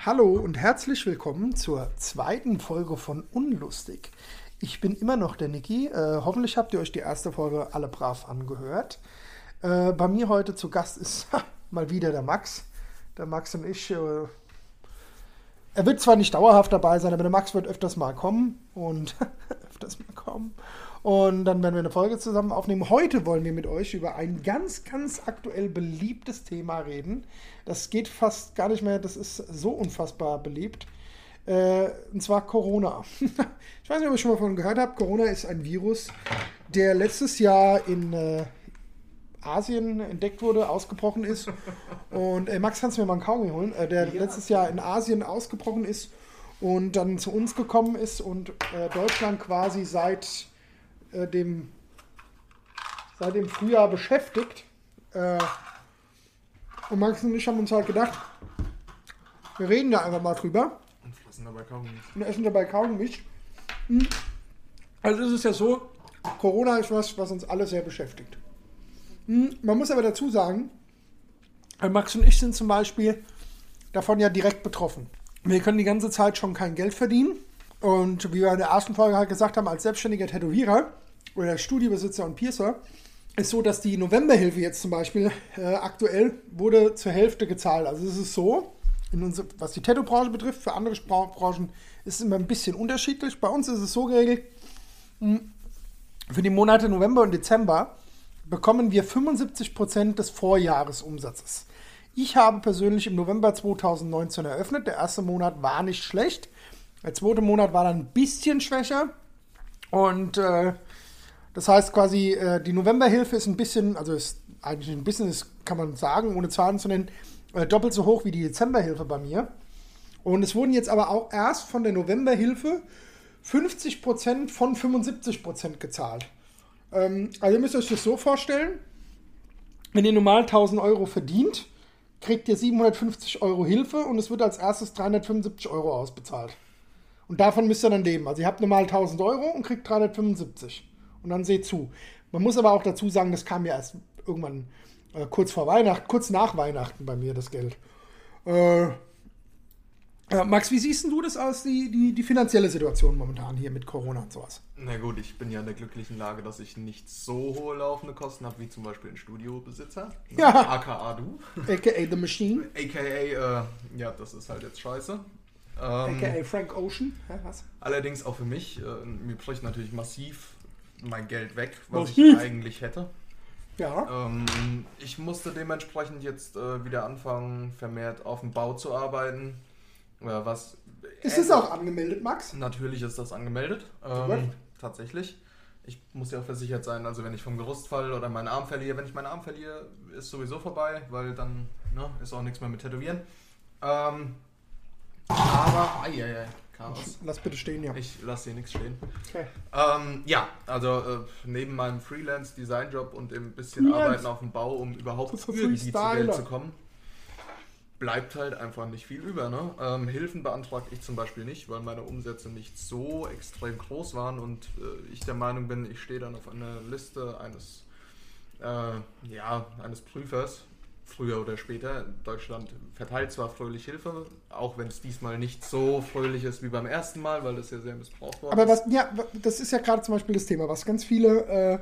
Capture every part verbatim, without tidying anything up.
Hallo und herzlich willkommen zur zweiten Folge von Unlustig. Ich bin immer noch der Niki. Äh, hoffentlich habt ihr euch die erste Folge alle brav angehört. Äh, bei mir heute zu Gast ist ha, mal wieder der Max. Der Max und ich, äh, er wird zwar nicht dauerhaft dabei sein, aber der Max wird öfters mal kommen und öfters mal kommen. Und dann werden wir eine Folge zusammen aufnehmen. Heute wollen wir mit euch über ein ganz, ganz aktuell beliebtes Thema reden. Das geht fast gar nicht mehr, das ist so unfassbar beliebt. Äh, und zwar Corona. Ich weiß nicht, ob ihr schon mal davon gehört habt. Corona ist ein Virus, der letztes Jahr in äh, Asien entdeckt wurde, ausgebrochen ist. Und äh, Max, kannst du mir mal einen Kaugummi holen? Äh, der ja. letztes Jahr in Asien ausgebrochen ist und dann zu uns gekommen ist und äh, Deutschland quasi seit dem seit dem Frühjahr beschäftigt. Äh, und Max und ich haben uns halt gedacht, wir reden da einfach mal drüber. Und fressen dabei Kaugummi. Und essen dabei Kaugummi. Also ist es ja so, Corona ist was, was uns alle sehr beschäftigt. Man muss aber dazu sagen, Max und ich sind zum Beispiel davon ja direkt betroffen. Wir können die ganze Zeit schon kein Geld verdienen. Und wie wir in der ersten Folge halt gesagt haben, als selbstständiger Tätowierer oder Studiobesitzer und Piercer, ist so, dass die Novemberhilfe jetzt zum Beispiel äh, aktuell wurde zur Hälfte gezahlt. Also es ist so, in unser, was die Tattoo-Branche betrifft, für andere Branchen ist es immer ein bisschen unterschiedlich. Bei uns ist es so geregelt, für die Monate November und Dezember bekommen wir fünfundsiebzig Prozent des Vorjahresumsatzes. Ich habe persönlich im November zweitausendneunzehn eröffnet. Der erste Monat war nicht schlecht. Der zweite Monat war dann ein bisschen schwächer und äh, das heißt quasi, äh, die Novemberhilfe ist ein bisschen, also ist eigentlich ein bisschen, das kann man sagen, ohne Zahlen zu nennen, äh, doppelt so hoch wie die Dezemberhilfe bei mir. Und es wurden jetzt aber auch erst von der Novemberhilfe fünfzig Prozent von fünfundsiebzig Prozent gezahlt. Ähm, also ihr müsst euch das so vorstellen, wenn ihr normal tausend Euro verdient, kriegt ihr siebenhundertfünfzig Euro Hilfe und es wird als erstes dreihundertfünfundsiebzig Euro ausbezahlt. Und davon müsst ihr dann leben. Also ihr habt normal tausend Euro und kriegt dreihundertfünfundsiebzig. Und dann seht zu. Man muss aber auch dazu sagen, das kam ja erst irgendwann äh, kurz vor Weihnachten, kurz nach Weihnachten bei mir, das Geld. Äh, äh, Max, wie siehst du das aus, die, die, die finanzielle Situation momentan hier mit Corona und sowas? Na gut, ich bin ja in der glücklichen Lage, dass ich nicht so hohe laufende Kosten habe, wie zum Beispiel ein Studiobesitzer. Ja. A K A du. A K A The Machine. A K A, äh, ja, das ist halt jetzt scheiße. Ähm, A K A Frank Ocean. Ja, was? Allerdings auch für mich, äh, mir bricht natürlich massiv mein Geld weg, was massiv. ich eigentlich hätte. Ja. Ähm, ich musste dementsprechend jetzt äh, wieder anfangen, vermehrt auf dem Bau zu arbeiten. Äh, was ist es auch angemeldet, Max? Natürlich ist das angemeldet. Ähm, tatsächlich. Ich muss ja auch versichert sein, also wenn ich vom Gerüst falle oder meinen Arm verliere. Wenn ich meinen Arm verliere, ist sowieso vorbei, weil dann ne, ist auch nichts mehr mit Tätowieren. Ähm, aber, ai, ai, ai, Chaos. Lass bitte stehen, ja. Ich lasse hier nichts stehen. Okay. Ähm, ja, also äh, neben meinem Freelance-Design-Job und dem bisschen Freelance. Arbeiten auf dem Bau, um überhaupt irgendwie zu Geld zu kommen, bleibt halt einfach nicht viel über. Ne? Ähm, Hilfen beantrage ich zum Beispiel nicht, weil meine Umsätze nicht so extrem groß waren und äh, ich der Meinung bin, ich stehe dann auf einer Liste eines, äh, ja, eines Prüfers. Früher oder später. Deutschland verteilt zwar fröhlich Hilfe, auch wenn es diesmal nicht so fröhlich ist wie beim ersten Mal, weil das ja sehr missbraucht worden Aber was, ist. ja, das ist ja gerade zum Beispiel das Thema, was ganz viele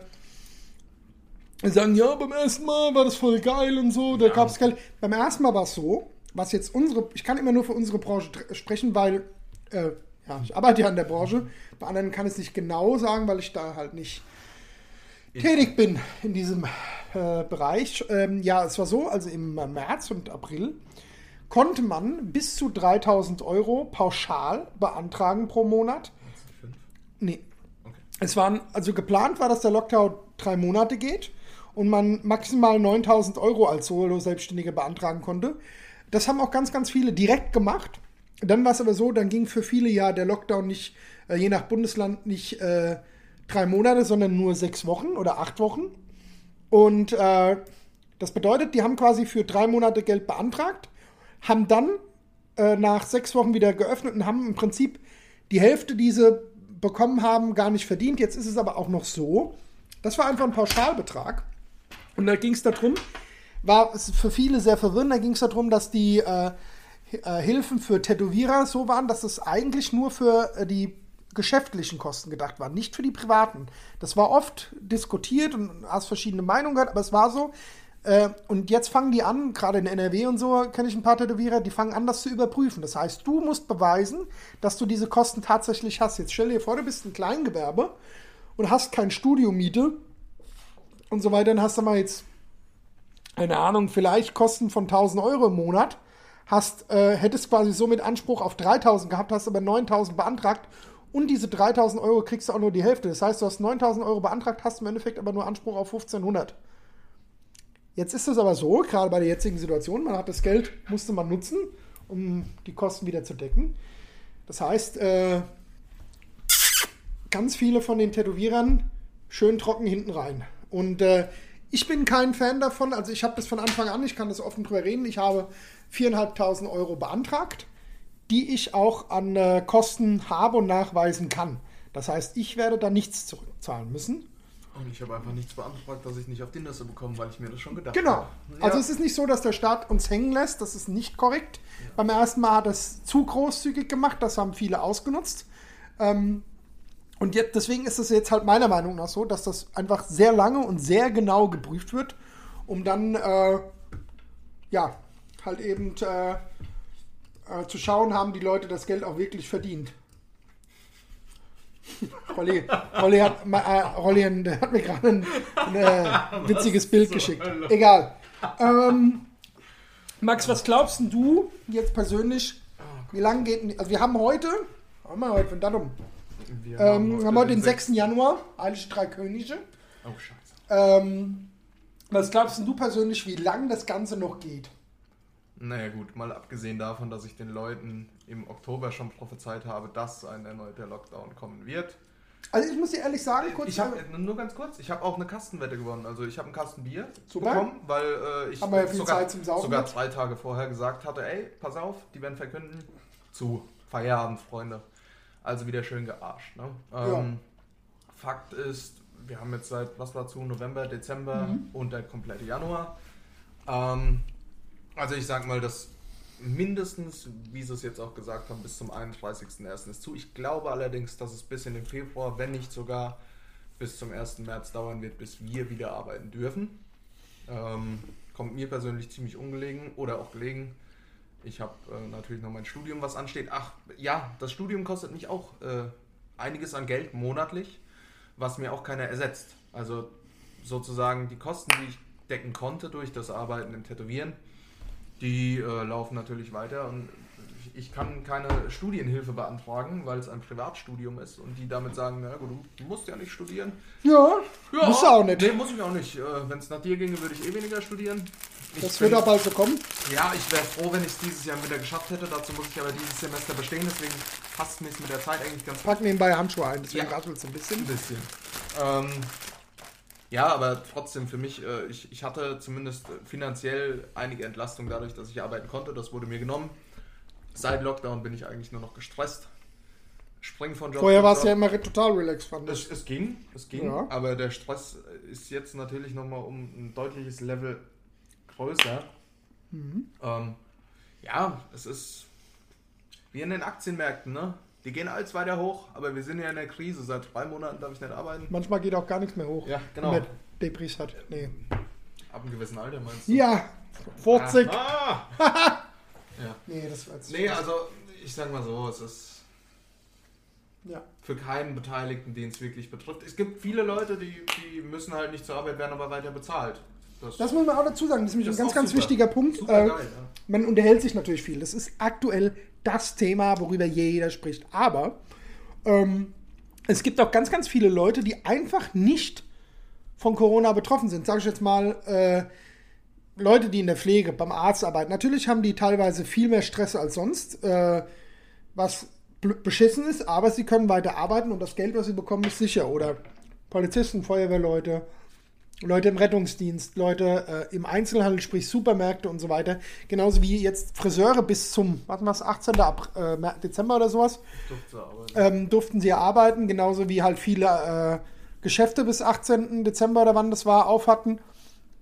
äh, sagen, ja, beim ersten Mal war das voll geil und so, da Ja. gab es Geld. Beim ersten Mal war es so, was jetzt unsere, ich kann immer nur für unsere Branche tr- sprechen, weil, äh, ja, ich arbeite ja in der Branche, bei anderen kann ich es nicht genau sagen, weil ich da halt nicht tätig bin in diesem äh, Bereich. Ähm, ja, es war so, also im März und April konnte man bis zu dreitausend Euro pauschal beantragen pro Monat. Nee. Okay. Es waren, also geplant war, dass der Lockdown drei Monate geht und man maximal neuntausend Euro als Solo-Selbstständiger beantragen konnte. Das haben auch ganz, ganz viele direkt gemacht. Dann war es aber so, dann ging für viele ja der Lockdown nicht, äh, je nach Bundesland, nicht äh, drei Monate, sondern nur sechs Wochen oder acht Wochen. Und äh, das bedeutet, die haben quasi für drei Monate Geld beantragt, haben dann äh, nach sechs Wochen wieder geöffnet und haben im Prinzip die Hälfte, die sie bekommen haben, gar nicht verdient. Jetzt ist es aber auch noch so, das war einfach ein Pauschalbetrag. Und da ging es darum, war es für viele sehr verwirrend, da ging es darum, dass die äh, äh, Hilfen für Tätowierer so waren, dass es eigentlich nur für äh, die geschäftlichen Kosten gedacht war, nicht für die privaten. Das war oft diskutiert und hast verschiedene Meinungen gehört, aber es war so. Äh, und jetzt fangen die an, gerade in N R W und so, kenne ich ein paar Tätowierer, die fangen an, das zu überprüfen. Das heißt, du musst beweisen, dass du diese Kosten tatsächlich hast. Jetzt stell dir vor, du bist ein Kleingewerbe und hast kein Studiomiete und so weiter, dann hast du mal jetzt, keine Ahnung, vielleicht Kosten von tausend Euro im Monat, hast, äh, hättest quasi somit Anspruch auf dreitausend gehabt, hast aber neuntausend beantragt und diese dreitausend Euro kriegst du auch nur die Hälfte. Das heißt, du hast neuntausend Euro beantragt, hast im Endeffekt aber nur Anspruch auf fünfzehnhundert. Jetzt ist es aber so, gerade bei der jetzigen Situation, man hat das Geld, musste man nutzen, um die Kosten wieder zu decken. Das heißt, äh, ganz viele von den Tätowierern schön trocken hinten rein. Und äh, ich bin kein Fan davon, also ich habe das von Anfang an, ich kann das offen drüber reden, ich habe viertausendfünfhundert Euro beantragt, die ich auch an äh, Kosten habe und nachweisen kann. Das heißt, ich werde da nichts zurückzahlen müssen. Und ich habe einfach nichts beantragt, dass ich nicht auf die Liste bekomme, weil ich mir das schon gedacht genau. habe. Genau. Also ja. Es ist nicht so, dass der Staat uns hängen lässt, das ist nicht korrekt. Ja. Beim ersten Mal hat er es zu großzügig gemacht, das haben viele ausgenutzt. Ähm, und jetzt, deswegen ist es jetzt halt meiner Meinung nach so, dass das einfach sehr lange und sehr genau geprüft wird, um dann äh, ja, halt eben äh, äh, zu schauen, haben die Leute das Geld auch wirklich verdient. Rolli, Rolli, hat, äh, Rolli der hat mir gerade ein, ein äh, witziges Bild geschickt. Egal. Ähm, Max, was glaubst du jetzt persönlich, wie lange geht denn, also wir haben heute, was haben wir heute für ein Datum? Wir ähm, haben, heute haben heute den sechsten Januar, Heilige Drei Könige. Oh, scheiße. Ähm, was glaubst du persönlich, wie lange das Ganze noch geht? Naja gut, mal abgesehen davon, dass ich den Leuten im Oktober schon prophezeit habe, dass ein erneuter Lockdown kommen wird. Also ich muss dir ehrlich sagen, kurz... Ich habe nur ganz kurz, ich habe auch eine Kastenwette gewonnen. Also ich habe einen Kasten Bier Super. bekommen, weil äh, ich ja sogar, Zeit zum Saufen sogar zwei Tage vorher gesagt hatte, ey, pass auf, die werden verkünden, zu Feierabend, Freunde. Also wieder schön gearscht. Ne? Ähm, ja. Fakt ist, wir haben jetzt seit, was dazu, November, Dezember mhm. und der komplette Januar. Ähm, Also ich sag mal, dass mindestens, wie sie es jetzt auch gesagt haben, bis zum einunddreißigsten ersten ist zu. Ich glaube allerdings, dass es bis in den Februar, wenn nicht sogar bis zum ersten März dauern wird, bis wir wieder arbeiten dürfen. Ähm, kommt mir persönlich ziemlich ungelegen oder auch gelegen. Ich habe äh, natürlich noch mein Studium, was ansteht. Ach ja, das Studium kostet mich auch äh, einiges an Geld monatlich, was mir auch keiner ersetzt. Also sozusagen die Kosten, die ich decken konnte durch das Arbeiten im Tätowieren, die äh, laufen natürlich weiter und ich, ich kann keine Studienhilfe beantragen, weil es ein Privatstudium ist und die damit sagen, na gut, du musst ja nicht studieren. Ja, ja. Musst du auch nicht. Nee, muss ich auch nicht. Äh, wenn es nach dir ginge, würde ich eh weniger studieren. Ich das wird auch bald so kommen. Ja, ich wäre froh, wenn ich es dieses Jahr wieder geschafft hätte. Dazu muss ich aber dieses Semester bestehen, deswegen passt mir es mit der Zeit eigentlich ganz gut. Pack nebenbei Handschuhe ein, deswegen ja. raschelt es ein bisschen. Ein bisschen. Ähm, Ja, aber trotzdem für mich, äh, ich, ich hatte zumindest finanziell einige Entlastung dadurch, dass ich arbeiten konnte. Das wurde mir genommen. Seit Lockdown bin ich eigentlich nur noch gestresst. Spring von Job. Vorher war es ja immer total relaxed, fand ich. Es, es ging, es ging. Ja. Aber der Stress ist jetzt natürlich nochmal um ein deutliches Level größer. Mhm. Ähm, ja, es ist wie in den Aktienmärkten, ne? Die gehen alles weiter hoch, aber wir sind ja in der Krise. Seit drei Monaten darf ich nicht arbeiten. Manchmal geht auch gar nichts mehr hoch. Ja, genau. Wenn man Debris hat. Nee. Ab einem gewissen Alter meinst du? Ja, vierzig. Ah. ja. Nee, das war jetzt Nee, also ich sag mal so, es ist ja. für keinen Beteiligten, den es wirklich betrifft. Es gibt viele Leute, die, die müssen halt nicht zur Arbeit, werden aber weiter bezahlt. Das, das muss man auch dazu sagen. Das ist nämlich ein ganz, ganz super, wichtiger Punkt. Super äh, geil, ja. Man unterhält sich natürlich viel. Das ist aktuell das Thema, worüber jeder spricht. Aber ähm, es gibt auch ganz, ganz viele Leute, die einfach nicht von Corona betroffen sind. Sag ich jetzt mal, äh, Leute, die in der Pflege, beim Arzt arbeiten. Natürlich haben die teilweise viel mehr Stress als sonst, äh, was beschissen ist, aber sie können weiter arbeiten und das Geld, was sie bekommen, ist sicher. Oder Polizisten, Feuerwehrleute, Leute im Rettungsdienst, Leute äh, im Einzelhandel, sprich Supermärkte und so weiter. Genauso wie jetzt Friseure bis zum, was war's, achtzehnten Äh, Dezember oder sowas, ähm, durften sie arbeiten. Genauso wie halt viele äh, Geschäfte bis achtzehnten Dezember oder wann das war, auf hatten.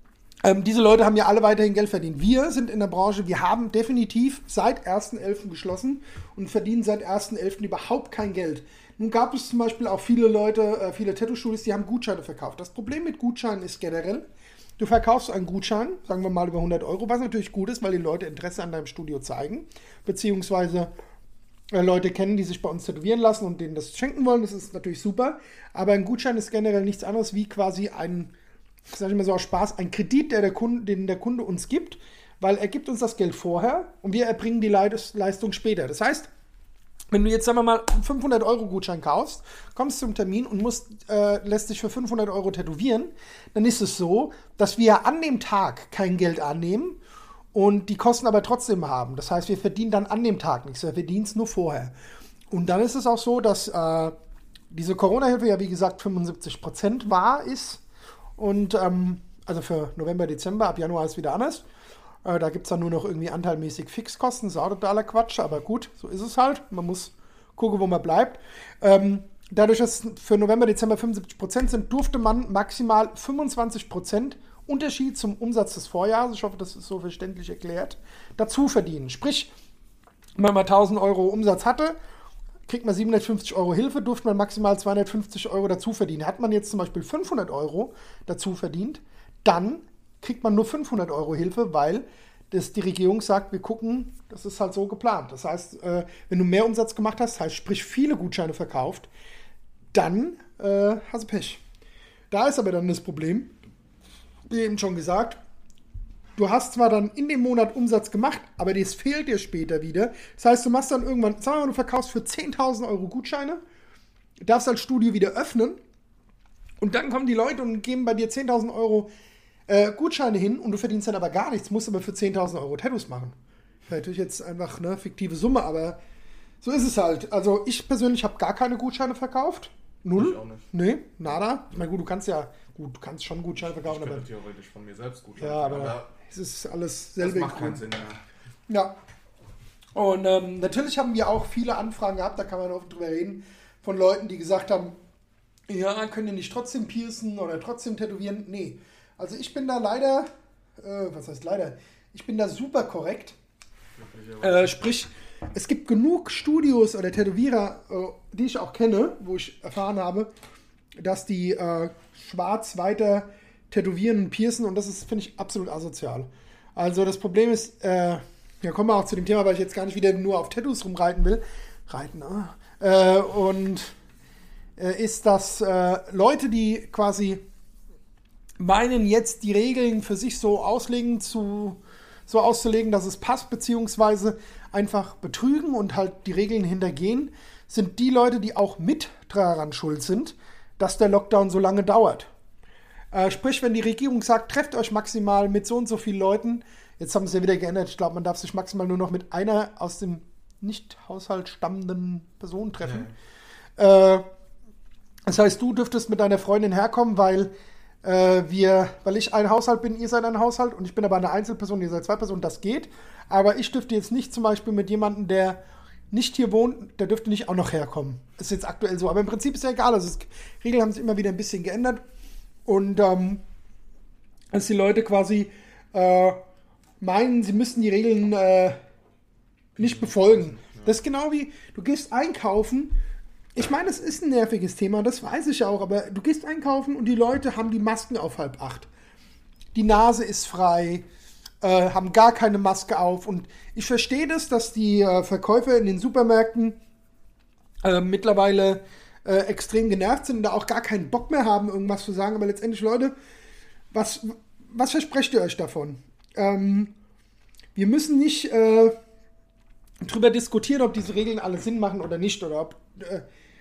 Ähm, diese Leute haben ja alle weiterhin Geld verdient. Wir sind in der Branche, wir haben definitiv seit ersten elften geschlossen und verdienen seit ersten elften überhaupt kein Geld. Nun gab es zum Beispiel auch viele Leute, äh, viele Tattoo-Studios, die haben Gutscheine verkauft. Das Problem mit Gutscheinen ist generell, du verkaufst einen Gutschein, sagen wir mal über hundert Euro, was natürlich gut ist, weil die Leute Interesse an deinem Studio zeigen, beziehungsweise äh, Leute kennen, die sich bei uns tätowieren lassen und denen das schenken wollen. Das ist natürlich super, aber ein Gutschein ist generell nichts anderes wie quasi ein, sag ich mal so aus Spaß, ein Kredit, der der Kunde, den der Kunde uns gibt, weil er gibt uns das Geld vorher und wir erbringen die Leistung später. Das heißt, wenn du jetzt, sagen wir mal, einen fünfhundert Euro Gutschein kaufst, kommst zum Termin und musst, äh, lässt dich für fünfhundert Euro tätowieren, dann ist es so, dass wir an dem Tag kein Geld annehmen und die Kosten aber trotzdem haben. Das heißt, wir verdienen dann an dem Tag nichts, wir verdienen es nur vorher. Und dann ist es auch so, dass äh, diese Corona-Hilfe ja, wie gesagt, fünfundsiebzig Prozent wahr ist. Und ähm, also für November, Dezember, ab Januar ist es wieder anders. Äh, da gibt es dann nur noch irgendwie anteilmäßig Fixkosten, das ist auch totaler Quatsch, aber gut, so ist es halt. Man muss gucken, wo man bleibt. Ähm, dadurch, dass für November, Dezember fünfundsiebzig Prozent sind, durfte man maximal fünfundzwanzig Prozent Unterschied zum Umsatz des Vorjahres, ich hoffe, das ist so verständlich erklärt, dazu verdienen. Sprich, wenn man mal tausend Euro Umsatz hatte, kriegt man siebenhundertfünfzig Euro Hilfe, durfte man maximal zweihundertfünfzig Euro dazu verdienen. Hat man jetzt zum Beispiel fünfhundert Euro dazu verdient, dann kriegt man nur fünfhundert Euro Hilfe, weil das die Regierung sagt, wir gucken, das ist halt so geplant. Das heißt, äh, wenn du mehr Umsatz gemacht hast, heißt sprich viele Gutscheine verkauft, dann äh, hast du Pech. Da ist aber dann das Problem, wie eben schon gesagt, du hast zwar dann in dem Monat Umsatz gemacht, aber das fehlt dir später wieder. Das heißt, du machst dann irgendwann, sagen wir mal, du verkaufst für zehntausend Euro Gutscheine, darfst als Studio wieder öffnen und dann kommen die Leute und geben bei dir zehntausend Euro äh, Gutscheine hin und du verdienst dann aber gar nichts, musst aber für zehntausend Euro Tattoos machen. Natürlich jetzt einfach eine fiktive Summe, aber so ist es halt. Also ich persönlich habe gar keine Gutscheine verkauft. Null? Ich auch nicht. Nee, nada. Ich meine, gut, du kannst ja, gut, du kannst schon Gutscheine verkaufen, ich aber... Ich könnte theoretisch von mir selbst Gutscheine ja, aber, aber es ist alles selbe. Das macht keinen Sinn mehr. Ja. Und ähm, natürlich haben wir auch viele Anfragen gehabt, da kann man oft drüber reden, von Leuten, die gesagt haben, ja, können ihr nicht trotzdem piercen oder trotzdem tätowieren? Nee. Also ich bin da leider, äh, was heißt leider, ich bin da super korrekt. Äh, sprich, es gibt genug Studios oder Tätowierer, äh, die ich auch kenne, wo ich erfahren habe, dass die äh, schwarz weiter tätowieren und piercen und das ist, finde ich, absolut asozial. Also das Problem ist, äh, ja, kommen wir auch zu dem Thema, weil ich jetzt gar nicht wieder nur auf Tattoos rumreiten will. Reiten, äh, und äh, ist, dass äh, Leute, die quasi meinen, jetzt die Regeln für sich so auslegen zu, so auszulegen, dass es passt, beziehungsweise einfach betrügen und halt die Regeln hintergehen, sind die Leute, die auch mit daran schuld sind, dass der Lockdown so lange dauert. Äh, sprich, wenn die Regierung sagt, trefft euch maximal mit so und so vielen Leuten, jetzt haben sie es ja wieder geändert, ich glaube, man darf sich maximal nur noch mit einer aus dem Nicht-Haushalt stammenden Person treffen. Mhm. Äh, das heißt, du dürftest mit deiner Freundin herkommen, weil äh, wir, weil ich ein Haushalt bin, ihr seid ein Haushalt und ich bin aber eine Einzelperson, ihr seid zwei Personen, das geht. Aber ich dürfte jetzt nicht zum Beispiel mit jemandem, der nicht hier wohnt, der dürfte nicht auch noch herkommen. Ist jetzt aktuell so. Aber im Prinzip ist ja egal. Also die Regeln haben sich immer wieder ein bisschen geändert. Und ähm, dass die Leute quasi äh, meinen, sie müssten die Regeln äh, nicht befolgen. Das ist genau wie, du gehst einkaufen. Ich meine, es ist ein nerviges Thema, das weiß ich auch, aber du gehst einkaufen und die Leute haben die Masken auf halb acht. Die Nase ist frei, äh, haben gar keine Maske auf. Und ich verstehe das, dass die äh, Verkäufer in den Supermärkten äh, mittlerweile äh, extrem genervt sind und da auch gar keinen Bock mehr haben, irgendwas zu sagen. Aber letztendlich, Leute, was, was versprecht ihr euch davon? Ähm, wir müssen nicht äh, drüber diskutieren, ob diese Regeln alle Sinn machen oder nicht. Oder ob, äh,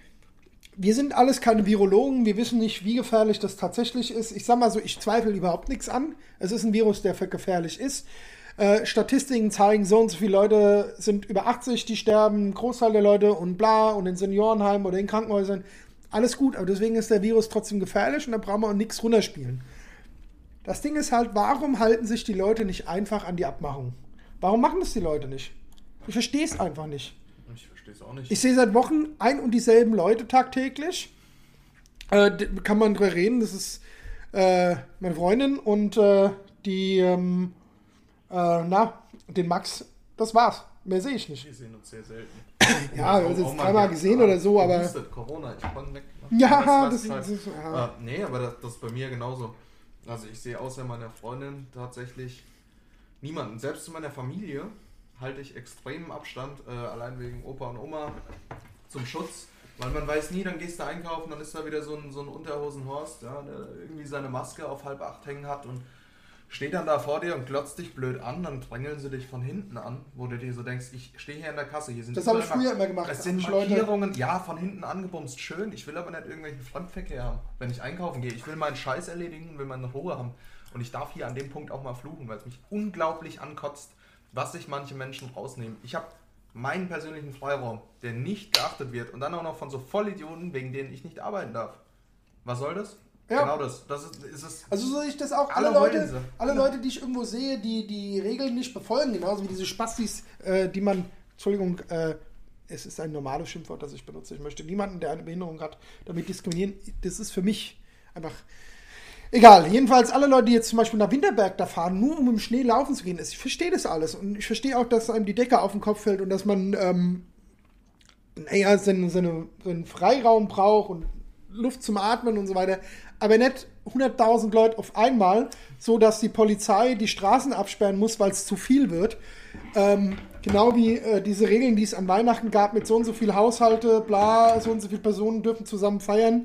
wir sind alles keine Virologen, wir wissen nicht, wie gefährlich das tatsächlich ist. Ich sag mal so, ich zweifle überhaupt nichts an. Es ist ein Virus, der gefährlich ist. Äh, Statistiken zeigen, so und so viele Leute sind über achtzig, die sterben, Großteil der Leute und bla, und in Seniorenheimen oder in Krankenhäusern. Alles gut, aber deswegen ist der Virus trotzdem gefährlich und da brauchen wir auch nichts runterspielen. Das Ding ist halt, warum halten sich die Leute nicht einfach an die Abmachung? Warum machen das die Leute nicht? Ich verstehe es einfach nicht. Ich verstehe es auch nicht. Ich sehe seit Wochen ein und dieselben Leute tagtäglich. Äh, kann man drüber reden, das ist äh, meine Freundin und äh, die, ähm, äh, na, den Max, das war's. Mehr sehe ich nicht. Wir sehen uns sehr selten. Ja, wir haben uns jetzt dreimal gesehen oder so, aber... Corona, ich bin weg. Ja, das, das, halt. das ist... Ja. Äh, nee, aber das, das ist bei mir genauso. Also ich sehe außer meiner Freundin tatsächlich niemanden. Selbst zu meiner Familie halte ich extremen Abstand, äh, allein wegen Opa und Oma zum Schutz. Weil man weiß nie, dann gehst du einkaufen, dann ist da wieder so ein, so ein Unterhosenhorst, ja, der irgendwie seine Maske auf halb acht hängen hat und steht dann da vor dir und glotzt dich blöd an, dann drängeln sie dich von hinten an, wo du dir so denkst, ich stehe hier in der Kasse, hier sind... Das habe ich früher immer gemacht. Es sind Markierungen, ja, von hinten angebumst, schön, ich will aber nicht irgendwelchen Fremdverkehr haben, wenn ich einkaufen gehe. Ich will meinen Scheiß erledigen, will meine Ruhe haben. Und ich darf hier an dem Punkt auch mal fluchen, weil es mich unglaublich ankotzt, was sich manche Menschen rausnehmen. Ich habe meinen persönlichen Freiraum, der nicht geachtet wird und dann auch noch von so Vollidioten, wegen denen ich nicht arbeiten darf. Was soll das? Ja. Genau das. Das ist, ist es. Also so sehe ich das auch. Alle, alle Leute, alle Leute, die ich irgendwo sehe, die die Regeln nicht befolgen, genauso wie diese Spastis, äh, die man, Entschuldigung, äh, es ist ein normales Schimpfwort, das ich benutze. Ich möchte niemanden, der eine Behinderung hat, damit diskriminieren. Das ist für mich einfach egal. Jedenfalls alle Leute, die jetzt zum Beispiel nach Winterberg da fahren, nur um im Schnee laufen zu gehen. Ich verstehe das alles und ich verstehe auch, dass einem die Decke auf den Kopf fällt und dass man ähm, naja, seinen, seine, seinen Freiraum braucht und Luft zum Atmen und so weiter, aber nicht hunderttausend Leute auf einmal, so dass die Polizei die Straßen absperren muss, weil es zu viel wird. Ähm, genau wie äh, diese Regeln, die es an Weihnachten gab, mit so und so viel Haushalte, bla, so und so viele Personen dürfen zusammen feiern.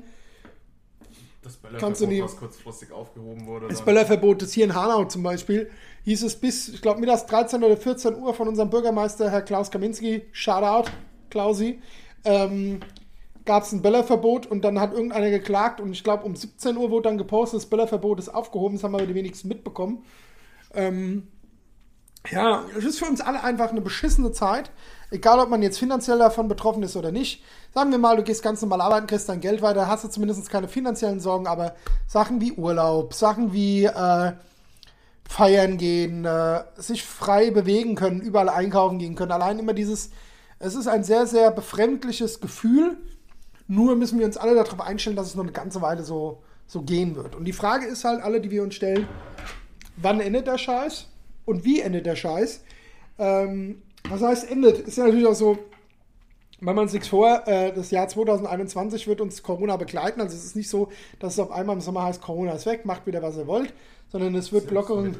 Das Böllerverbot, was kurzfristig aufgehoben wurde. Das Böllerverbot, das hier in Hanau zum Beispiel, hieß es bis, ich glaube, mittags dreizehn oder vierzehn Uhr von unserem Bürgermeister, Herr Klaus Kaminski, Shoutout, Klausi, ähm, gab es ein Böllerverbot und dann hat irgendeiner geklagt und ich glaube um siebzehn Uhr wurde dann gepostet, das Böllerverbot ist aufgehoben, das haben aber die wenigsten mitbekommen. Ähm, ja, es ist für uns alle einfach eine beschissene Zeit, egal ob man jetzt finanziell davon betroffen ist oder nicht. Sagen wir mal, du gehst ganz normal arbeiten, kriegst dein Geld weiter, hast du zumindest keine finanziellen Sorgen, aber Sachen wie Urlaub, Sachen wie äh, feiern gehen, äh, sich frei bewegen können, überall einkaufen gehen können, allein immer dieses, es ist ein sehr, sehr befremdliches Gefühl. Nur müssen wir uns alle darauf einstellen, dass es noch eine ganze Weile so, so gehen wird. Und die Frage ist halt, alle, die wir uns stellen, wann endet der Scheiß und wie endet der Scheiß? Ähm, was heißt endet? Ist ja natürlich auch so, machen wir uns nichts vor, äh, das Jahr zwanzig einundzwanzig wird uns Corona begleiten. Also es ist nicht so, dass es auf einmal im Sommer heißt, Corona ist weg, macht wieder, was ihr wollt, sondern es wird Lockerungen...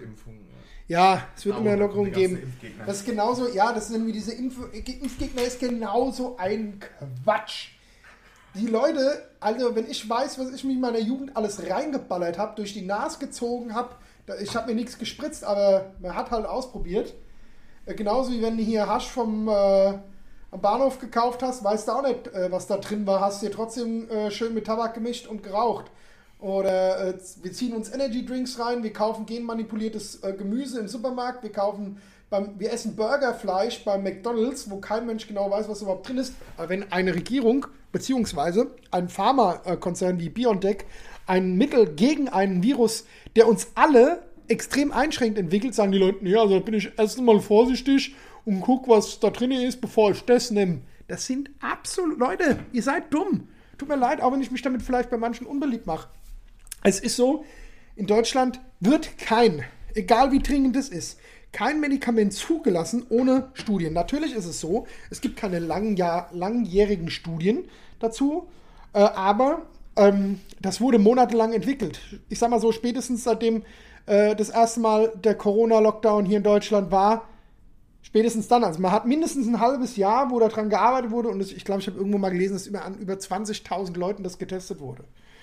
Ja, es wird immer Lockerungen geben. Das ist genauso, ja, das sind wie diese Impf Impfgegner, ist genauso ein Quatsch. Die Leute, also wenn ich weiß, was ich mir in meiner Jugend alles reingeballert habe, durch die Nase gezogen habe, ich habe mir nichts gespritzt, aber man hat halt ausprobiert. Äh, genauso wie wenn du hier Hasch vom äh, am Bahnhof gekauft hast, weißt du auch nicht, äh, was da drin war, hast dir trotzdem äh, schön mit Tabak gemischt und geraucht. Oder äh, wir ziehen uns Energy Drinks rein, wir kaufen genmanipuliertes äh, Gemüse im Supermarkt, wir kaufen beim, wir essen Burgerfleisch beim McDonald's, wo kein Mensch genau weiß, was überhaupt drin ist. Aber wenn eine Regierung beziehungsweise ein Pharmakonzern wie BioNTech ein Mittel gegen einen Virus, der uns alle extrem einschränkt, entwickelt, sagen die Leute, ja, also da bin ich erst mal vorsichtig und guck, was da drin ist, bevor ich das nehme. Das sind absolut, Leute, ihr seid dumm. Tut mir leid, auch wenn ich mich damit vielleicht bei manchen unbeliebt mache. Es ist so, in Deutschland wird kein, egal wie dringend es ist, kein Medikament zugelassen ohne Studien. Natürlich ist es so, es gibt keine langjahr, langjährigen Studien dazu, äh, aber ähm, das wurde monatelang entwickelt. Ich sag mal so, spätestens seitdem äh, das erste Mal der Corona-Lockdown hier in Deutschland war, spätestens dann. Also man hat mindestens ein halbes Jahr, wo daran gearbeitet wurde und das, ich glaube, ich habe irgendwo mal gelesen, dass über, an über zwanzigtausend Leuten das getestet wurde.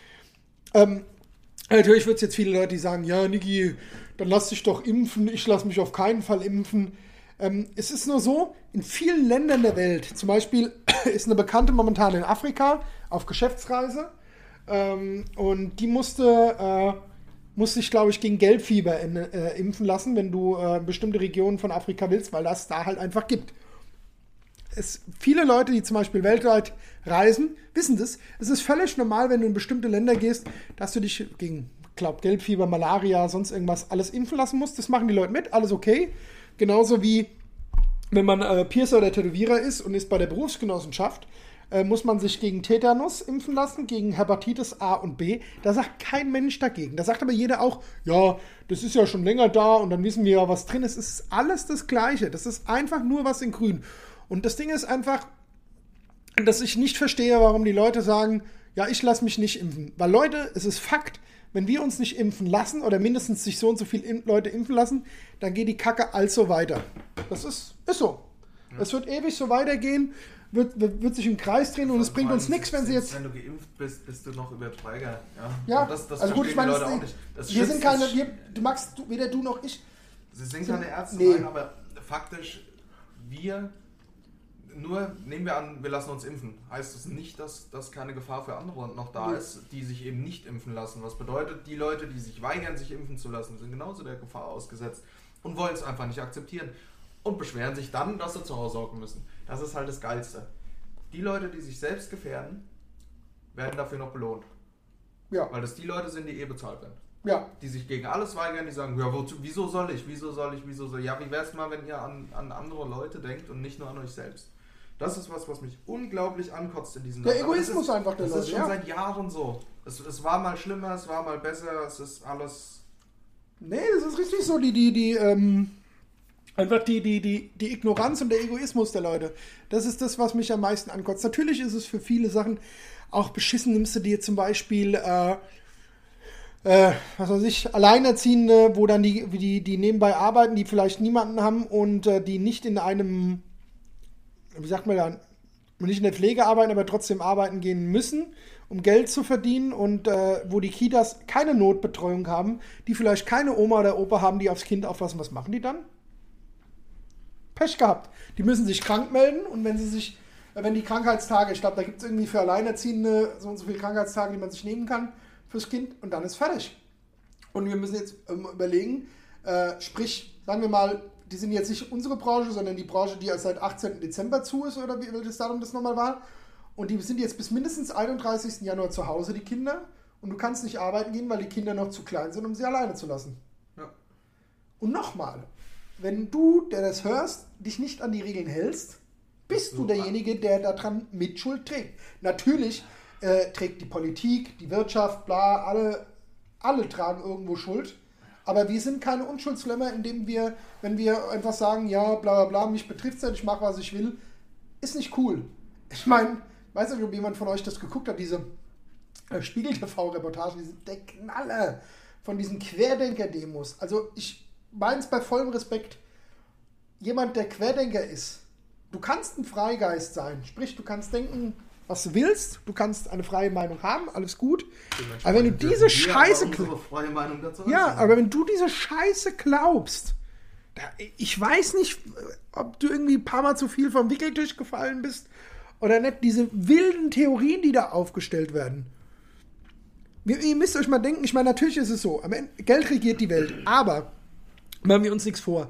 Ähm, Natürlich wird es jetzt viele Leute, die sagen, ja, Niki, dann lass dich doch impfen, ich lasse mich auf keinen Fall impfen. Ähm, es ist nur so, in vielen Ländern der Welt, zum Beispiel ist eine Bekannte momentan in Afrika auf Geschäftsreise ähm, und die musste, äh, musste sich, glaube ich, gegen Gelbfieber in, äh, impfen lassen, wenn du äh, bestimmte Regionen von Afrika willst, weil das da halt einfach gibt. Es, viele Leute, die zum Beispiel weltweit reisen, wissen das. Es ist völlig normal, wenn du in bestimmte Länder gehst, dass du dich gegen, glaub, Gelbfieber, Malaria, sonst irgendwas alles impfen lassen musst. Das machen die Leute mit, alles okay. Genauso wie, wenn man äh, Piercer oder Tätowierer ist und ist bei der Berufsgenossenschaft, äh, muss man sich gegen Tetanus impfen lassen, gegen Hepatitis A und B. Da sagt kein Mensch dagegen. Da sagt aber jeder auch, ja, das ist ja schon länger da und dann wissen wir ja, was drin ist. Es ist alles das Gleiche. Das ist einfach nur was in grün. Und das Ding ist einfach, dass ich nicht verstehe, warum die Leute sagen, ja, ich lasse mich nicht impfen. Weil Leute, es ist Fakt, wenn wir uns nicht impfen lassen oder mindestens sich so und so viele Leute impfen lassen, dann geht die Kacke also weiter. Das ist, ist so. Es ja. wird ewig so weitergehen, wird, wird, wird sich im Kreis drehen und es bringt uns nichts, wenn sie jetzt... Wenn du geimpft bist, bist du noch Überträger. Ja, ja das, das also gut, ich meine, die Leute auch nicht. Das wir sind keine... Wir, du magst, du, weder du noch ich... Sie sind keine Ärzte, nee. Nein, aber faktisch, wir... Nur nehmen wir an, wir lassen uns impfen. Heißt das nicht, dass, dass keine Gefahr für andere noch da ja. ist, die sich eben nicht impfen lassen. Was bedeutet, die Leute, die sich weigern, sich impfen zu lassen, sind genauso der Gefahr ausgesetzt und wollen es einfach nicht akzeptieren. Und beschweren sich dann, dass sie zu Hause hocken müssen. Das ist halt das Geilste. Die Leute, die sich selbst gefährden, werden dafür noch belohnt. Ja. Weil das die Leute sind, die eh bezahlt werden. Ja. Die sich gegen alles weigern, die sagen, ja, wozu, wieso soll ich, wieso soll ich, wieso soll ich. Ja, wie wär's mal, wenn ihr an, an andere Leute denkt und nicht nur an euch selbst. Das ist was, was mich unglaublich ankotzt in diesem Der Land. Egoismus ist, einfach der Das Leute, ist schon ja. seit Jahren so. Es, es war mal schlimmer, es war mal besser, es ist alles... Nee, das ist richtig so, die, die, die, ähm, einfach die, die, die, die Ignoranz und der Egoismus der Leute. Das ist das, was mich am meisten ankotzt. Natürlich ist es für viele Sachen auch beschissen. Nimmst du dir zum Beispiel, äh, äh, was weiß ich, Alleinerziehende, wo dann die, die, die nebenbei arbeiten, die vielleicht niemanden haben und äh, die nicht in einem, wie sagt man dann, nicht in der Pflege arbeiten, aber trotzdem arbeiten gehen müssen, um Geld zu verdienen und äh, wo die Kitas keine Notbetreuung haben, die vielleicht keine Oma oder Opa haben, die aufs Kind aufpassen. Was machen die dann? Pech gehabt. Die müssen sich krank melden und wenn sie sich, wenn die Krankheitstage, ich glaube, da gibt es irgendwie für Alleinerziehende so und so viele Krankheitstage, die man sich nehmen kann fürs Kind und dann ist fertig. Und wir müssen jetzt ähm, überlegen, äh, sprich, sagen wir mal, die sind jetzt nicht unsere Branche, sondern die Branche, die seit achtzehnten Dezember zu ist oder wie welches Datum das nochmal war. Und die sind jetzt bis mindestens einunddreißigsten Januar zu Hause, die Kinder. Und du kannst nicht arbeiten gehen, weil die Kinder noch zu klein sind, um sie alleine zu lassen. Ja. Und nochmal, wenn du, der das hörst, dich nicht an die Regeln hältst, bist so, du derjenige, der daran Mitschuld trägt. Natürlich äh, trägt die Politik, die Wirtschaft, bla, alle, alle tragen irgendwo Schuld. Aber wir sind keine Unschuldslämmer, indem wir, wenn wir einfach sagen, ja, bla bla bla, mich betrifft es nicht, ich mache, was ich will, ist nicht cool. Ich meine, weiß nicht, ob jemand von euch das geguckt hat, diese äh, Spiegel-T V-Reportagen, die sind der Knaller von diesen Querdenker-Demos. Also ich meine es bei vollem Respekt, jemand, der Querdenker ist, du kannst ein Freigeist sein, sprich, du kannst denken, was du willst, du kannst eine freie Meinung haben, alles gut. Aber wenn du diese Scheiße glaubst, ja, aber wenn du diese Scheiße glaubst, da, ich weiß nicht, ob du irgendwie ein paar Mal zu viel vom Wickeltisch gefallen bist oder nicht, diese wilden Theorien, die da aufgestellt werden. Ihr, ihr müsst euch mal denken, ich meine, natürlich ist es so, am Ende, Geld regiert die Welt, aber machen wir uns nichts vor.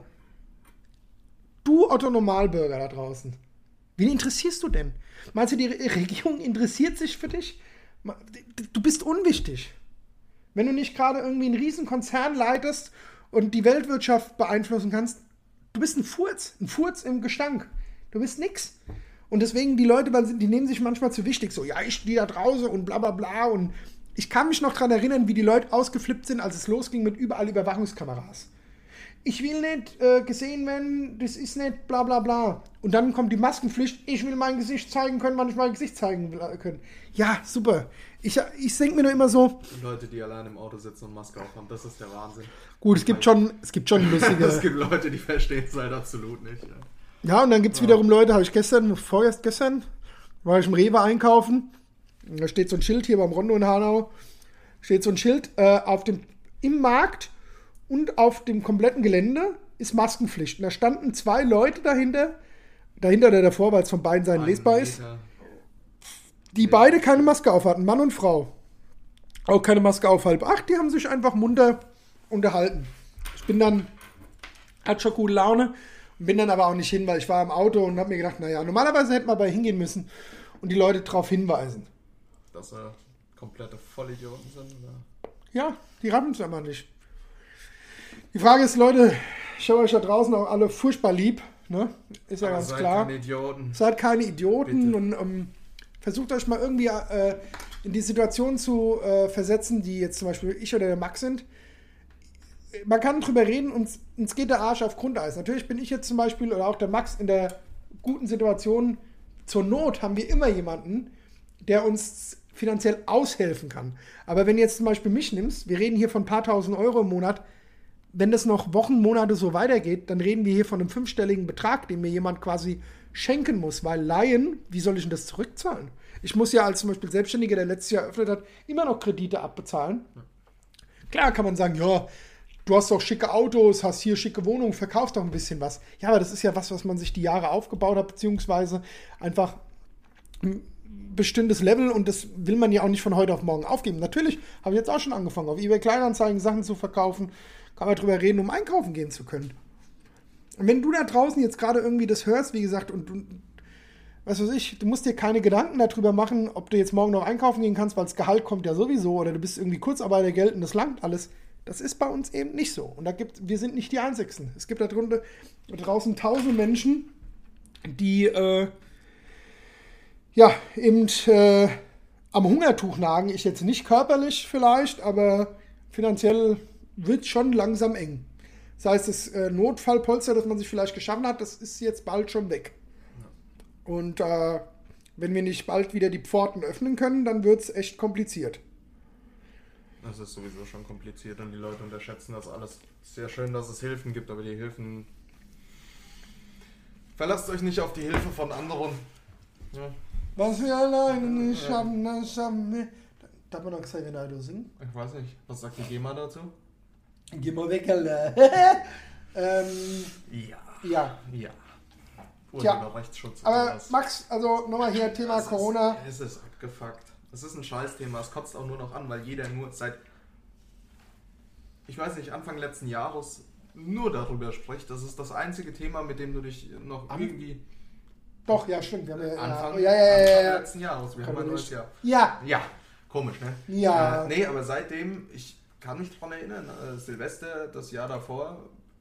Du Otto Normalbürger da draußen, wen interessierst du denn? Meinst du, die Regierung interessiert sich für dich? Du bist unwichtig. Wenn du nicht gerade irgendwie einen riesen Konzern leitest und die Weltwirtschaft beeinflussen kannst, du bist ein Furz, ein Furz im Gestank. Du bist nix. Und deswegen, die Leute, die nehmen sich manchmal zu wichtig, so, ja, ich stehe da draußen und bla bla bla. Und ich kann mich noch daran erinnern, wie die Leute ausgeflippt sind, als es losging mit überall Überwachungskameras. Ich will nicht äh, gesehen werden, das ist nicht bla bla bla. Und dann kommt die Maskenpflicht, ich will mein Gesicht zeigen können, wann ich mein Gesicht zeigen können. Ja, super. Ich, ich denke mir nur immer so... Die Leute, die allein im Auto sitzen und Maske aufhaben, das ist der Wahnsinn. Gut, es gibt schon, es gibt schon lustige... Es gibt Leute, die verstehen es halt absolut nicht. Ja, ja und dann gibt es ja. wiederum Leute, habe ich gestern, vorerst gestern, war ich im Rewe einkaufen. Da steht so ein Schild hier beim Rondo in Hanau. Steht so ein Schild äh, auf dem, im Markt... Und auf dem kompletten Gelände ist Maskenpflicht. Und da standen zwei Leute dahinter, dahinter oder davor, weil es von beiden Seiten lesbar ist, die beide keine Maske auf hatten, Mann und Frau. Auch keine Maske auf halb acht, die haben sich einfach munter unterhalten. Ich bin dann, hatte schon gute Laune, bin dann aber auch nicht hin, weil ich war im Auto und habe mir gedacht, naja, normalerweise hätten wir aber hingehen müssen und die Leute darauf hinweisen. Dass sie komplette Vollidioten sind? Oder? Ja, die raffen es aber nicht. Die Frage ist, Leute, ich habe euch da draußen auch alle furchtbar lieb, ne? Ist ja aber ganz seid klar. Keine Idioten. Seid keine Idioten. Bitte. Und ähm, versucht euch mal irgendwie äh, in die Situation zu äh, versetzen, die jetzt zum Beispiel ich oder der Max sind. Man kann drüber reden, uns, uns geht der Arsch auf Grundeis. Natürlich bin ich jetzt zum Beispiel oder auch der Max in der guten Situation. Zur Not haben wir immer jemanden, der uns finanziell aushelfen kann. Aber wenn du jetzt zum Beispiel mich nimmst, wir reden hier von ein paar tausend Euro im Monat, wenn das noch Wochen, Monate so weitergeht, dann reden wir hier von einem fünfstelligen Betrag, den mir jemand quasi schenken muss, weil Laien, wie soll ich denn das zurückzahlen? Ich muss ja als zum Beispiel Selbstständiger, der letztes Jahr eröffnet hat, immer noch Kredite abbezahlen. Klar kann man sagen, ja, du hast doch schicke Autos, hast hier schicke Wohnungen, verkaufst doch ein bisschen was. Ja, aber das ist ja was, was man sich die Jahre aufgebaut hat, beziehungsweise einfach ein bestimmtes Level und das will man ja auch nicht von heute auf morgen aufgeben. Natürlich habe ich jetzt auch schon angefangen, auf eBay Kleinanzeigen Sachen zu verkaufen, kann man drüber reden, um einkaufen gehen zu können. Und wenn du da draußen jetzt gerade irgendwie das hörst, wie gesagt, und du, was weiß ich, du musst dir keine Gedanken darüber machen, ob du jetzt morgen noch einkaufen gehen kannst, weil das Gehalt kommt ja sowieso oder du bist irgendwie Kurzarbeitergeld und das langt alles. Das ist bei uns eben nicht so. Und da gibt, wir sind nicht die Einzigsten. Es gibt da drunter, da draußen tausend Menschen, die äh, ja eben äh, am Hungertuch nagen. Ich jetzt nicht körperlich vielleicht, aber finanziell wird es schon langsam eng. Das heißt, das äh, Notfallpolster, das man sich vielleicht geschaffen hat, das ist jetzt bald schon weg. Ja. Und äh, wenn wir nicht bald wieder die Pforten öffnen können, dann wird es echt kompliziert. Das ist sowieso schon kompliziert und die Leute unterschätzen das alles. Sehr schön, dass es Hilfen gibt, aber die Hilfen... Verlasst euch nicht auf die Hilfe von anderen. Ja. Was wir alleine nicht ja. schaffen, das schaffen wir. Darf man noch Xavier Naidoo singen? Ich weiß nicht. Was sagt die GEMA dazu? Geh mal weg, Alter. ähm, ja. Ja. Ja. Tja, Rechtsschutz. aber was. Max, also nochmal hier Thema es Corona. Ist, es ist abgefuckt. Es ist ein Scheißthema. Es kotzt auch nur noch an, weil jeder nur seit, ich weiß nicht, Anfang letzten Jahres nur darüber spricht. Das ist das einzige Thema, mit dem du dich noch an irgendwie... Doch, ja, stimmt. Wir haben ja, Anfang, ja, ja, ja, ja, Anfang ja. letzten Jahres. Wir haben ein neues Jahr. Ja. Ja, komisch, ne? Ja. Äh, nee, aber seitdem, ich kann mich daran erinnern, äh, Silvester, das Jahr davor...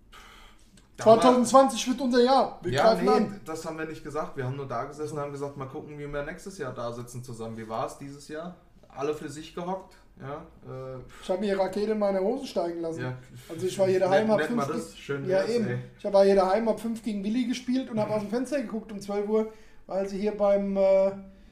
zwanzig zwanzig wird unser Jahr. Wir ja, nee, an. das haben wir nicht gesagt. Wir haben nur da gesessen und haben gesagt, mal gucken, wie wir nächstes Jahr da sitzen zusammen. Wie war es dieses Jahr? Alle für sich gehockt. Ja, äh, ich habe mir Rakete in meine Hose steigen lassen. Ja. Also ich war hier daheim, hab fünf das schön ja, wär's, eben. Ey. Ich war hier daheim, hab fünf gegen Willi gespielt und habe aus dem Fenster geguckt um zwölf Uhr, weil sie hier beim äh,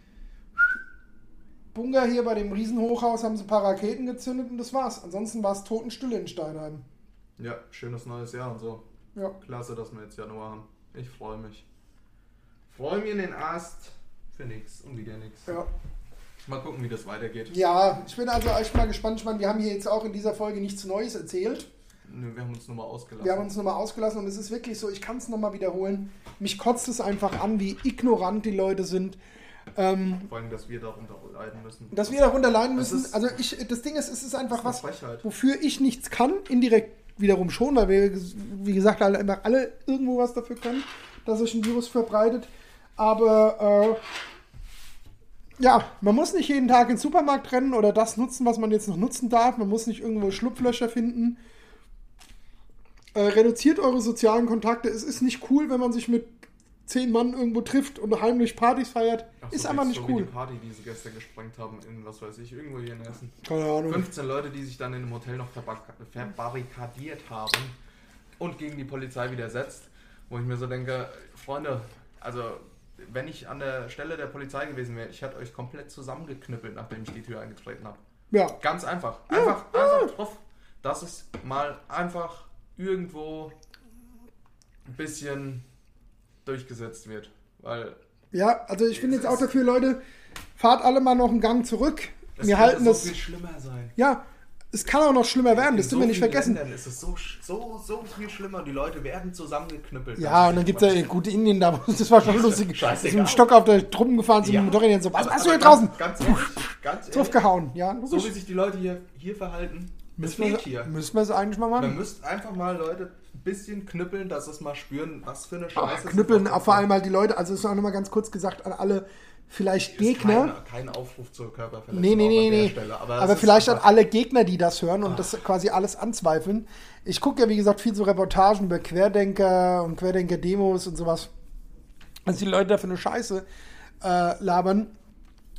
Bunker hier bei dem Riesenhochhaus haben sie ein paar Raketen gezündet und das war's. Ansonsten war es Totenstille in Steinheim. Ja, schönes neues Jahr und so. Ja. Klasse, dass wir jetzt Januar haben. Ich freue mich. Freue mich in den Ast für nichts und wieder nichts. Ja. Mal gucken, wie das weitergeht. Ja, ich bin also echt mal gespannt. Ich meine, wir haben hier jetzt auch in dieser Folge nichts Neues erzählt. Nö, wir haben uns nochmal ausgelassen. Wir haben uns nochmal ausgelassen und es ist wirklich so, ich kann es nochmal wiederholen. Mich kotzt es einfach an, wie ignorant die Leute sind. Ähm, Vor allem, dass wir darunter leiden müssen. Dass wir darunter leiden müssen. Ist, also ich, das Ding ist, es ist einfach das ist was, wofür ich nichts kann, indirekt wiederum schon, weil wir, wie gesagt, alle, einfach alle irgendwo was dafür können, dass sich ein Virus verbreitet. Aber äh, ja, man muss nicht jeden Tag in den Supermarkt rennen oder das nutzen, was man jetzt noch nutzen darf. Man muss nicht irgendwo Schlupflöcher finden. Äh, reduziert eure sozialen Kontakte. Es ist nicht cool, wenn man sich mit zehn Mann irgendwo trifft und heimlich Partys feiert. Ach so, ist einfach nicht so cool. Wie die Party, die sie gestern gesprengt haben in, was weiß ich, irgendwo hier in Essen. Keine Ahnung. fünfzehn Leute, die sich dann in einem Hotel noch verbarrikadiert haben und gegen die Polizei widersetzt. Wo ich mir so denke, Freunde, also wenn ich an der Stelle der Polizei gewesen wäre, ich hätte euch komplett zusammengeknüppelt, nachdem ich die Tür eingetreten habe. Ja. Ganz einfach. Ja, Einfach, ja. einfach drauf, dass es mal einfach irgendwo ein bisschen durchgesetzt wird. Weil ja, also ich bin jetzt auch dafür, Leute, fahrt alle mal noch einen Gang zurück. Es Wir kann halten so das. viel schlimmer sein. Ja, es kann auch noch schlimmer werden, das In dürfen wir so nicht vielen vergessen. Ländern ist es so, so, so viel schlimmer. Die Leute werden zusammengeknüppelt. Ja, und dann gibt es ja gute Indien da, das war schon lustig. Ist mit dem Stock auf der Truppen gefahren, sind Ja. mit dem Motorrad so, was machst du hier Aber draußen? Ganz, ganz ehrlich, ganz ehrlich, Draufgehauen, ja. so wie sich die Leute hier, hier verhalten, das Müssen wir, fehlt hier. müssen wir es eigentlich mal Man machen. müsste einfach mal Leute ein bisschen knüppeln, dass es mal spüren, was für eine Aber Scheiße. knüppeln, auch vor allem halt die Leute, also es ist auch nochmal ganz kurz gesagt an alle vielleicht ist Gegner. Kein, kein Aufruf zur Körperverletzung Nee, nee, nee, an der nee. Stelle. Aber, Aber es ist vielleicht an einfach- alle Gegner, die das hören und Ach. das quasi alles anzweifeln. Ich gucke ja, wie gesagt, viel so Reportagen über Querdenker und Querdenker-Demos und sowas. Also die Leute da für eine Scheiße äh, labern.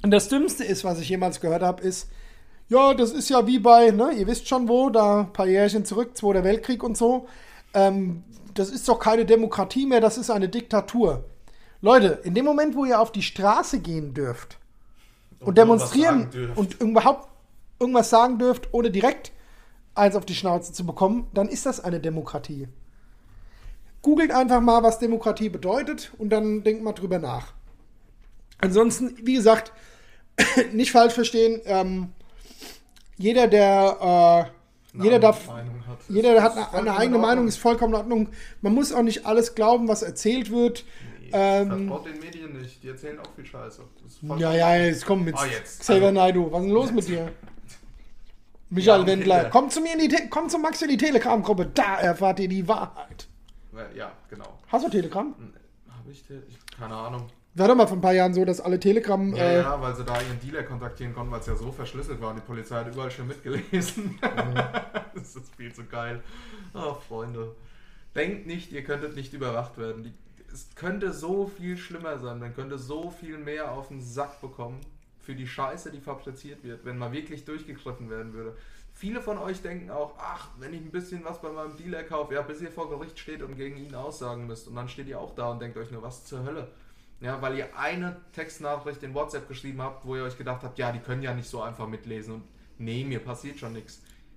Und das Dümmste ist, was ich jemals gehört habe, ist, ja, das ist ja wie bei, ne, ihr wisst schon wo, da ein paar Jährchen zurück, Zweiter Weltkrieg und so. Ähm, das ist doch keine Demokratie mehr, das ist eine Diktatur. Leute, in dem Moment, wo ihr auf die Straße gehen dürft und, und demonstrieren und überhaupt irgendwas sagen dürft, ohne direkt eins auf die Schnauze zu bekommen, dann ist das eine Demokratie. Googelt einfach mal, was Demokratie bedeutet und dann denkt mal drüber nach. Ansonsten, wie gesagt, nicht falsch verstehen, ähm, jeder, der äh, jeder darf, hat, jeder hat eine, eine eigene Meinung, ist vollkommen in Ordnung. Man muss auch nicht alles glauben, was erzählt wird. Nee, ähm, vertraut den Medien nicht, die erzählen auch viel Scheiße. Ja, ja, jetzt komm mit oh, jetzt. Xavier also, Naidoo, was ist denn los jetzt. mit dir? Michael ja, Wendler, komm zu mir in die Te- komm zu Max in die Telegram-Gruppe, da erfahrt ihr die Wahrheit. Ja, genau. Hast du Telegram? Habe ich, Te- ich keine Ahnung. War doch mal vor ein paar Jahren so, dass alle Telegram... Ja, äh, ja, weil sie da ihren Dealer kontaktieren konnten, weil es ja so verschlüsselt war und die Polizei hat überall schon mitgelesen. Mhm. Das ist viel zu geil. Ach, Freunde. Denkt nicht, ihr könntet nicht überwacht werden. Die, es könnte so viel schlimmer sein. Man könnte so viel mehr auf den Sack bekommen für die Scheiße, die fabriziert wird, wenn mal wirklich durchgegriffen werden würde. Viele von euch denken auch, ach, wenn ich ein bisschen was bei meinem Dealer kaufe, ja, bis ihr vor Gericht steht und gegen ihn aussagen müsst. Und dann steht ihr auch da und denkt euch nur, was zur Hölle. Ja, weil ihr eine Textnachricht in WhatsApp geschrieben habt, wo ihr euch gedacht habt, ja, die können ja nicht so einfach mitlesen. Und nee, mir passiert schon nichts.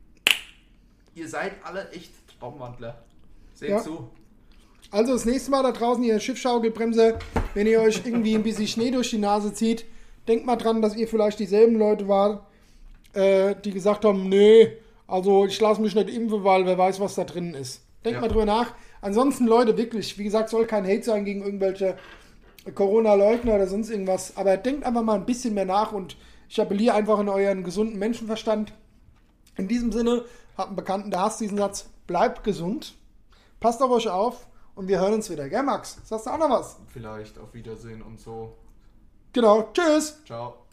Ihr seid alle echt Traumwandler. Seht ja. zu. Also das nächste Mal da draußen, ihr Schiffschaukelbremse, wenn ihr euch irgendwie ein bisschen Schnee durch die Nase zieht, denkt mal dran, dass ihr vielleicht dieselben Leute wart, äh, die gesagt haben, nee, also ich lasse mich nicht impfen, weil wer weiß, was da drin ist. Denkt ja. mal drüber nach. Ansonsten, Leute, wirklich, wie gesagt, soll kein Hate sein gegen irgendwelche Corona-Leugner oder sonst irgendwas, aber denkt einfach mal ein bisschen mehr nach und ich appelliere einfach in euren gesunden Menschenverstand. In diesem Sinne, habt einen Bekannten, der hasst diesen Satz, bleibt gesund, passt auf euch auf und wir hören uns wieder, gell Max? Sagst du auch noch was? Vielleicht, auf Wiedersehen und so. Genau, tschüss! Ciao.